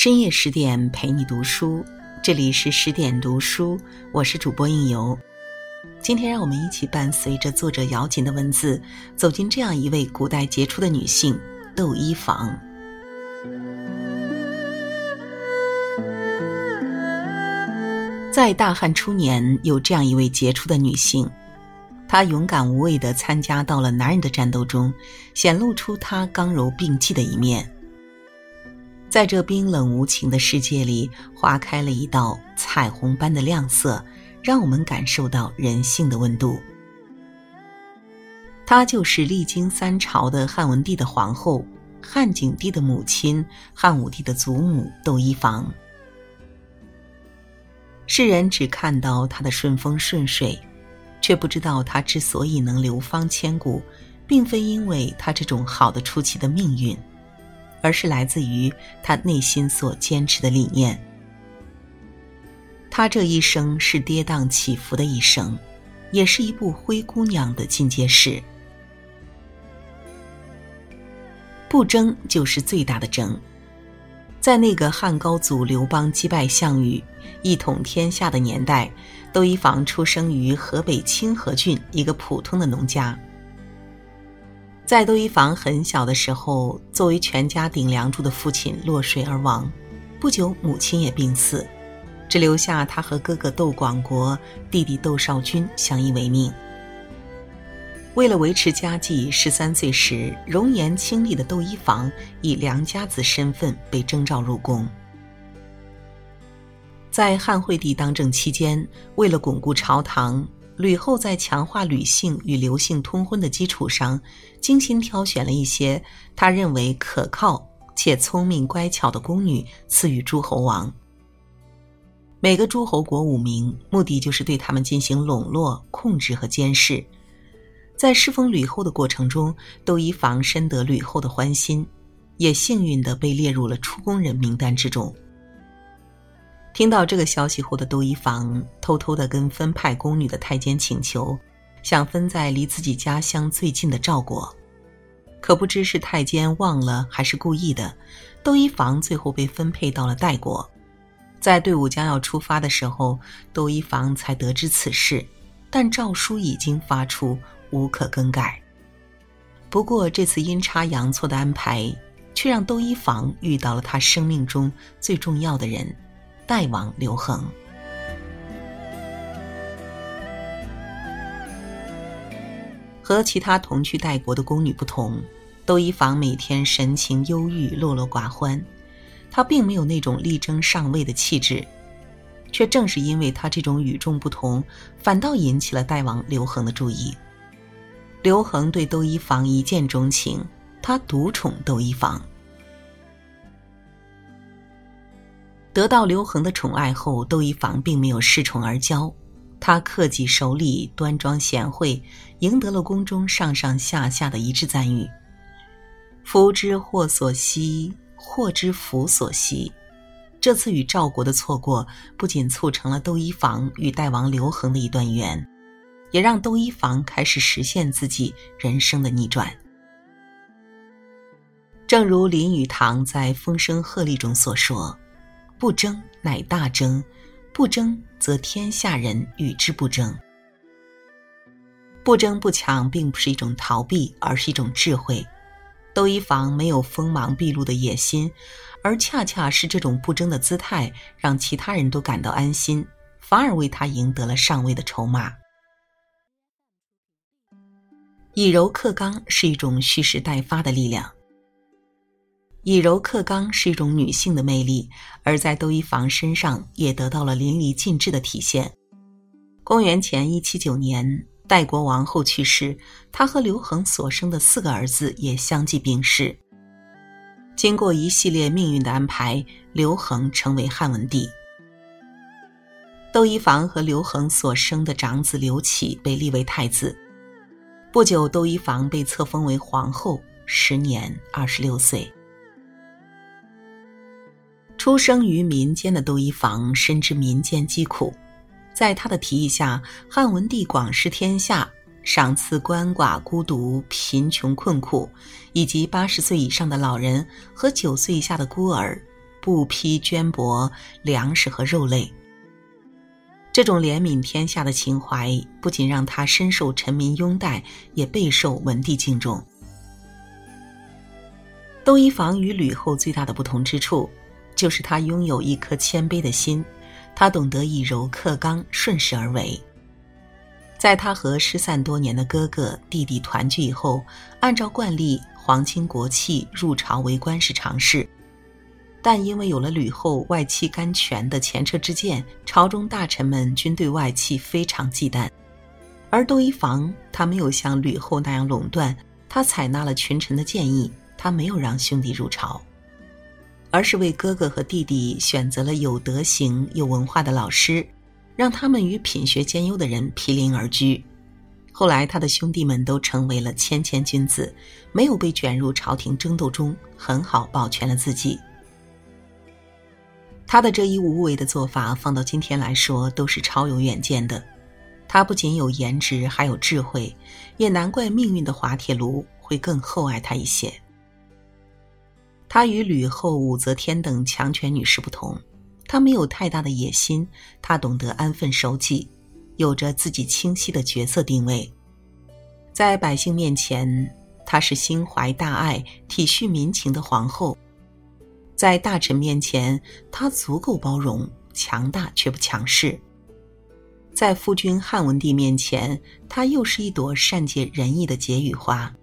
深夜10点陪你读书，这里是10点读书，我是主播应由。今天让我们一起伴随着作者姚锦的文字，走进这样一位古代杰出的女性窦漪房。在大汉初年，有这样一位杰出的女性，她勇敢无畏地参加到了男人的战斗中，显露出她刚柔并济的一面。在这冰冷无情的世界里，划开了一道彩虹般的亮色，让我们感受到人性的温度。她就是历经3朝的汉文帝的皇后，汉景帝的母亲，汉武帝的祖母窦漪房。世人只看到她的顺风顺水，却不知道她之所以能流芳千古，并非因为她这种好得出奇的命运，而是来自于她内心所坚持的理念。她这一生是跌宕起伏的一生，也是一部灰姑娘的进阶史。不争就是最大的争。在那个汉高祖刘邦击败项羽，一统天下的年代，窦漪房出生于河北清河郡一个普通的农家。在窦漪房很小的时候，作为全家顶梁柱的父亲落水而亡，不久母亲也病死，只留下他和哥哥窦广国、弟弟窦少君相依为命。为了维持家计，13岁时容颜清丽的窦漪房以良家子身份被征召入宫。在汉惠帝当政期间，为了巩固朝堂，吕后在强化吕姓与刘姓通婚的基础上，精心挑选了一些他认为可靠且聪明乖巧的宫女，赐予诸侯王。每个诸侯国5名，目的就是对他们进行笼络、控制和监视。在侍奉吕后的过程中，窦漪房深得吕后的欢心，也幸运地被列入了出宫人名单之中。听到这个消息后的窦漪房偷偷地跟分派宫女的太监请求，想分在离自己家乡最近的赵国。可不知是太监忘了还是故意的，窦漪房最后被分配到了代国。在队伍将要出发的时候，窦漪房才得知此事，但诏书已经发出，无可更改。不过这次阴差阳错的安排，却让窦漪房遇到了他生命中最重要的人，代王刘恒。和其他同去代国的宫女不同，窦漪房每天神情忧郁，落落寡欢。她并没有那种力争上位的气质，却正是因为她这种与众不同，反倒引起了代王刘恒的注意。刘恒对窦漪房一见钟情，他独宠窦漪房。得到刘恒的宠爱后，窦漪房并没有恃宠而骄，他克己守礼，端庄贤惠，赢得了宫中上上下下的一致赞誉。夫之祸所希，祸之福所希。这次与赵国的错过，不仅促成了窦漪房与代王刘恒的一段缘，也让窦漪房开始实现自己人生的逆转。正如林语堂在《风声鹤唳》中所说，不争乃大争，不争则天下人与之不争。不争不抢并不是一种逃避，而是一种智慧。窦漪房没有锋芒毕露的野心，而恰恰是这种不争的姿态，让其他人都感到安心，反而为他赢得了上位的筹码。以柔克刚是一种蓄势待发的力量。以柔克刚是一种女性的魅力，而在窦漪房身上也得到了淋漓尽致的体现。公元前179年，代国王后去世，她和刘恒所生的4个儿子也相继病逝。经过一系列命运的安排，刘恒成为汉文帝。窦漪房和刘恒所生的长子刘启被立为太子。不久，窦漪房被册封为皇后，时年26岁。出生于民间的窦漪房深知民间疾苦，在他的提议下，汉文帝广施天下，赏赐鳏寡孤独、贫穷困苦，以及80岁以上的老人和9岁以下的孤儿， 布匹绢帛、粮食和肉类。这种怜悯天下的情怀不仅让他深受臣民拥戴，也备受文帝敬重。窦漪房与吕后最大的不同之处，就是他拥有一颗谦卑的心，他懂得以柔克刚，顺势而为。在他和失散多年的哥哥弟弟团聚以后，按照惯例，皇亲国戚入朝为官是常事，但因为有了吕后外戚干权的前车之鉴，朝中大臣们均对外戚非常忌惮。而窦漪房他没有像吕后那样垄断，他采纳了群臣的建议，他没有让兄弟入朝，而是为哥哥和弟弟选择了有德行有文化的老师，让他们与品学兼优的人毗邻而居。后来他的兄弟们都成为了谦谦君子，没有被卷入朝廷争斗中，很好保全了自己。他的这一无为的做法放到今天来说都是超有远见的。他不仅有颜值还有智慧，也难怪命运的滑铁卢会更厚爱他一些。他与吕后、武则天等强权女士不同，他没有太大的野心，他懂得安分守己，有着自己清晰的角色定位。在百姓面前，她是心怀大爱、体恤民情的皇后；在大臣面前，她足够包容、强大却不强势；在夫君汉文帝面前，她又是一朵善解人意的解语花。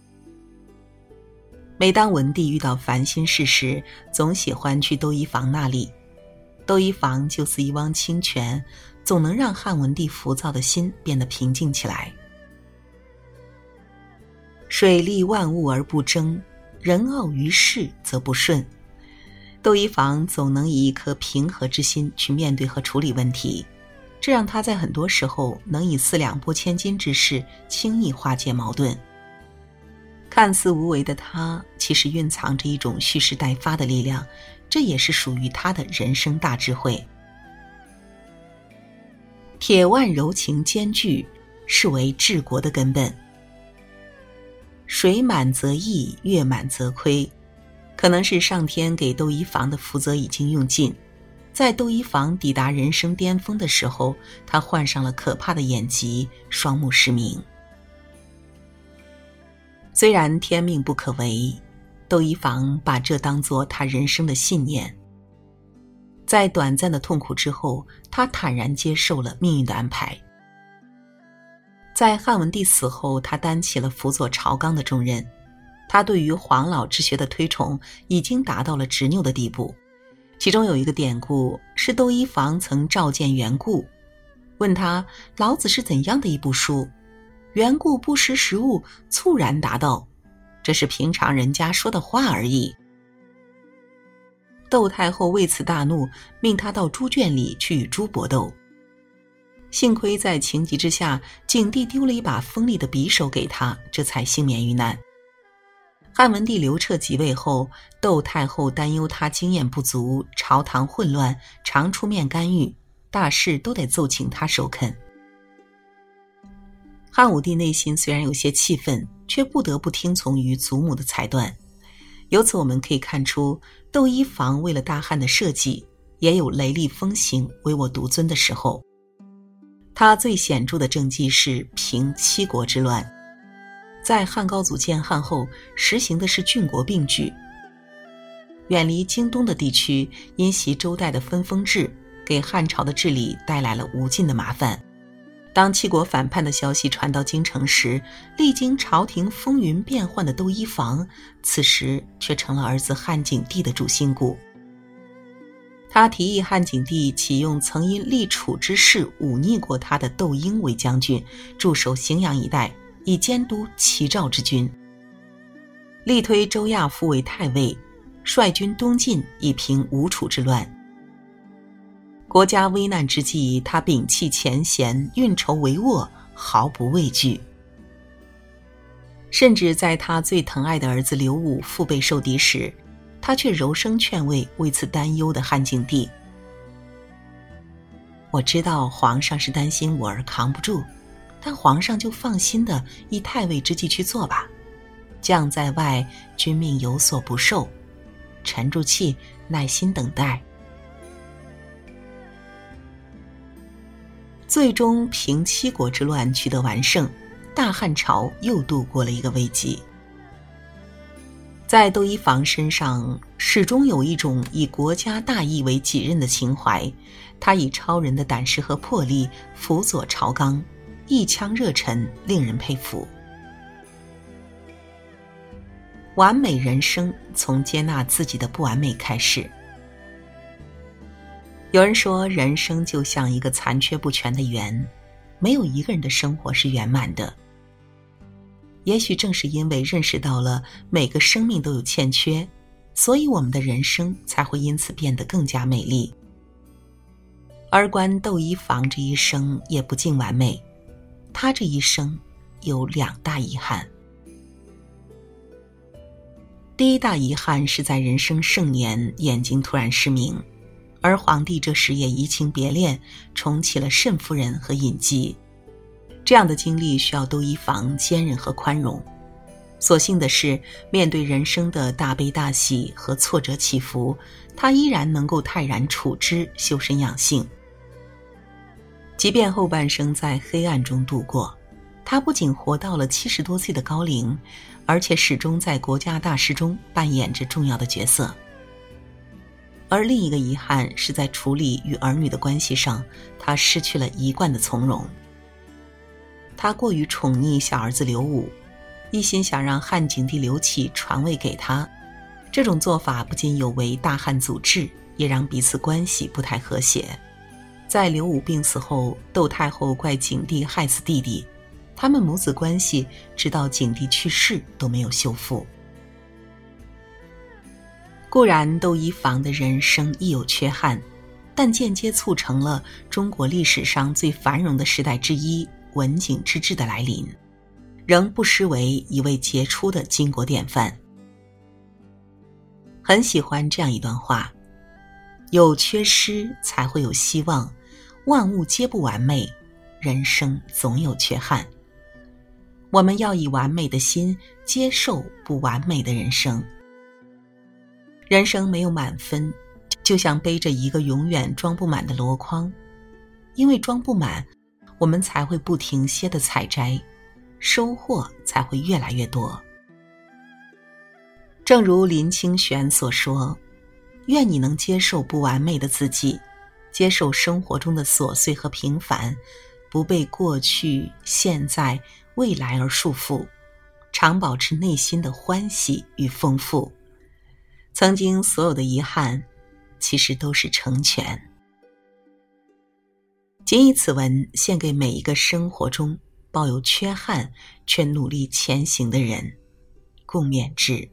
每当文帝遇到烦心事时，总喜欢去窦漪房那里。窦漪房就似一汪清泉，总能让汉文帝浮躁的心变得平静起来。水利万物而不争，人傲于世则不顺。窦漪房总能以一颗平和之心去面对和处理问题，这让他在很多时候能以四两拨千斤之势轻易化解矛盾。看似无为的他，其实蕴藏着一种蓄势待发的力量，这也是属于他的人生大智慧。铁腕柔情兼具，是为治国的根本。水满则溢，月满则亏。可能是上天给窦漪房的福泽已经用尽，在窦漪房抵达人生巅峰的时候，他患上了可怕的眼疾，双目失明。虽然天命不可违，窦漪房把这当作他人生的信念。在短暂的痛苦之后，他坦然接受了命运的安排。在汉文帝死后，他担起了辅佐朝纲的重任。他对于黄老之学的推崇已经达到了执拗的地步。其中有一个典故是窦漪房曾召见袁固，问他老子是怎样的一部书。袁固不识时务，猝然答道：这是平常人家说的话而已。窦太后为此大怒，命他到猪圈里去与猪搏斗。幸亏在情急之下，景帝丢了一把锋利的匕首给他，这才幸免于难。汉文帝刘彻即位后，窦太后担忧他经验不足，朝堂混乱，常出面干预，大事都得奏请他首肯。汉武帝内心虽然有些气愤，却不得不听从于祖母的裁断。由此我们可以看出，窦漪房为了大汉的社稷，也有雷厉风行、唯我独尊的时候。他最显著的政绩是平七国之乱。在汉高祖建汉后，实行的是郡国并举。远离京东的地区，因袭周代的分封制，给汉朝的治理带来了无尽的麻烦。当七国反叛的消息传到京城时，历经朝廷风云变幻的窦漪房，此时却成了儿子汉景帝的主心骨。他提议汉景帝启用曾因立储之事忤逆过他的窦婴为将军，驻守荥阳一带，以监督齐赵之军。力推周亚夫为太尉，率军东进，以平吴楚之乱。国家危难之际，他摒弃前嫌，运筹帷幄，毫不畏惧。甚至在他最疼爱的儿子刘武腹背受敌时，他却柔声劝慰为此担忧的汉景帝。我知道皇上是担心我儿扛不住，但皇上就放心的依太尉之计去做吧。将在外，君命有所不受，沉住气， 耐心等待。最终平七国之乱取得完胜，大汉朝又度过了一个危机。在窦漪房身上始终有一种以国家大义为己任的情怀，他以超人的胆识和魄力辅佐朝纲，一腔热忱令人佩服。完美人生从接纳自己的不完美开始。有人说，人生就像一个残缺不全的圆，没有一个人的生活是圆满的。也许正是因为认识到了每个生命都有欠缺，所以我们的人生才会因此变得更加美丽。而观窦漪房这一生也不尽完美，他这一生有2大遗憾。第一大遗憾是在人生盛年眼睛突然失明，而皇帝这时也移情别恋，重启了慎夫人和尹姬。这样的经历需要窦漪房坚韧和宽容。所幸的是，面对人生的大悲大喜和挫折起伏，他依然能够泰然处之，修身养性。即便后半生在黑暗中度过，他不仅活到了70多岁的高龄，而且始终在国家大事中扮演着重要的角色。而另一个遗憾是在处理与儿女的关系上，他失去了一贯的从容。他过于宠溺小儿子刘武，一心想让汉景帝刘启传位给他，这种做法不仅有违大汉祖制，也让彼此关系不太和谐。在刘武病死后，窦太后怪景帝害死弟弟，他们母子关系直到景帝去世都没有修复。固然窦漪房的人生亦有缺憾，但间接促成了中国历史上最繁荣的时代之一文景之治的来临，仍不失为一位杰出的巾帼典范。很喜欢这样一段话：有缺失才会有希望，万物皆不完美，人生总有缺憾。我们要以完美的心接受不完美的人生。人生没有满分，就像背着一个永远装不满的箩筐，因为装不满，我们才会不停歇地采摘，收获才会越来越多。正如林清玄所说，愿你能接受不完美的自己，接受生活中的琐碎和平凡，不被过去、现在、未来而束缚，常保持内心的欢喜与丰富。曾经所有的遗憾，其实都是成全。谨以此文献给每一个生活中抱有缺憾却努力前行的人，共勉之。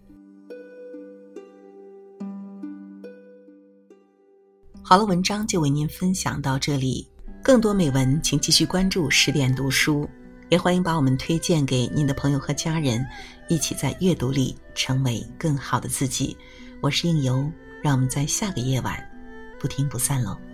好了，文章就为您分享到这里，更多美文请继续关注10点读书，也欢迎把我们推荐给您的朋友和家人，一起在阅读里成为更好的自己。我是应由，让我们在下个夜晚不听不散喽。